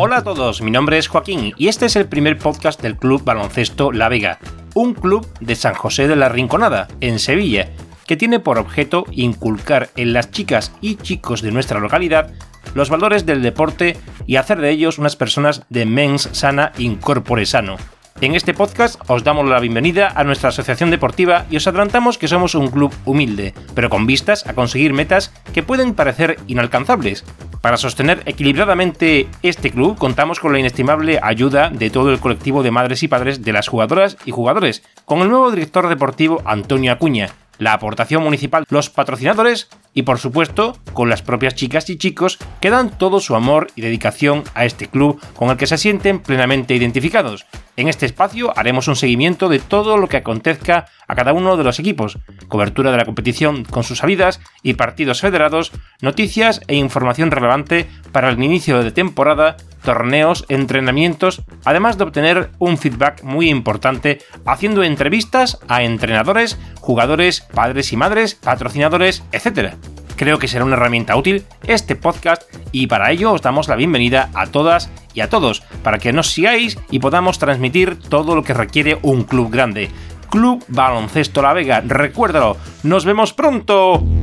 Hola a todos, mi nombre es Joaquín y este es el primer podcast del Club Baloncesto La Vega, un club de San José de la Rinconada, en Sevilla, que tiene por objeto inculcar en las chicas y chicos de nuestra localidad los valores del deporte y hacer de ellos unas personas de mens sana in corpore sano. En este podcast os damos la bienvenida a nuestra asociación deportiva y os adelantamos que somos un club humilde, pero con vistas a conseguir metas que pueden parecer inalcanzables. Para sostener equilibradamente este club contamos con la inestimable ayuda de todo el colectivo de madres y padres de las jugadoras y jugadores, con el nuevo director deportivo Antonio Acuña, la aportación municipal, los patrocinadores y por supuesto con las propias chicas y chicos que dan todo su amor y dedicación a este club con el que se sienten plenamente identificados. En este espacio haremos un seguimiento de todo lo que acontezca a cada uno de los equipos, cobertura de la competición con sus salidas y partidos federados, noticias e información relevante para el inicio de temporada, torneos, entrenamientos, además de obtener un feedback muy importante haciendo entrevistas a entrenadores, jugadores, padres y madres, patrocinadores, etc. Creo que será una herramienta útil este podcast y para ello os damos la bienvenida a todas y a todos para que nos sigáis y podamos transmitir todo lo que requiere un club grande. Club Baloncesto La Vega, recuérdalo, nos vemos pronto.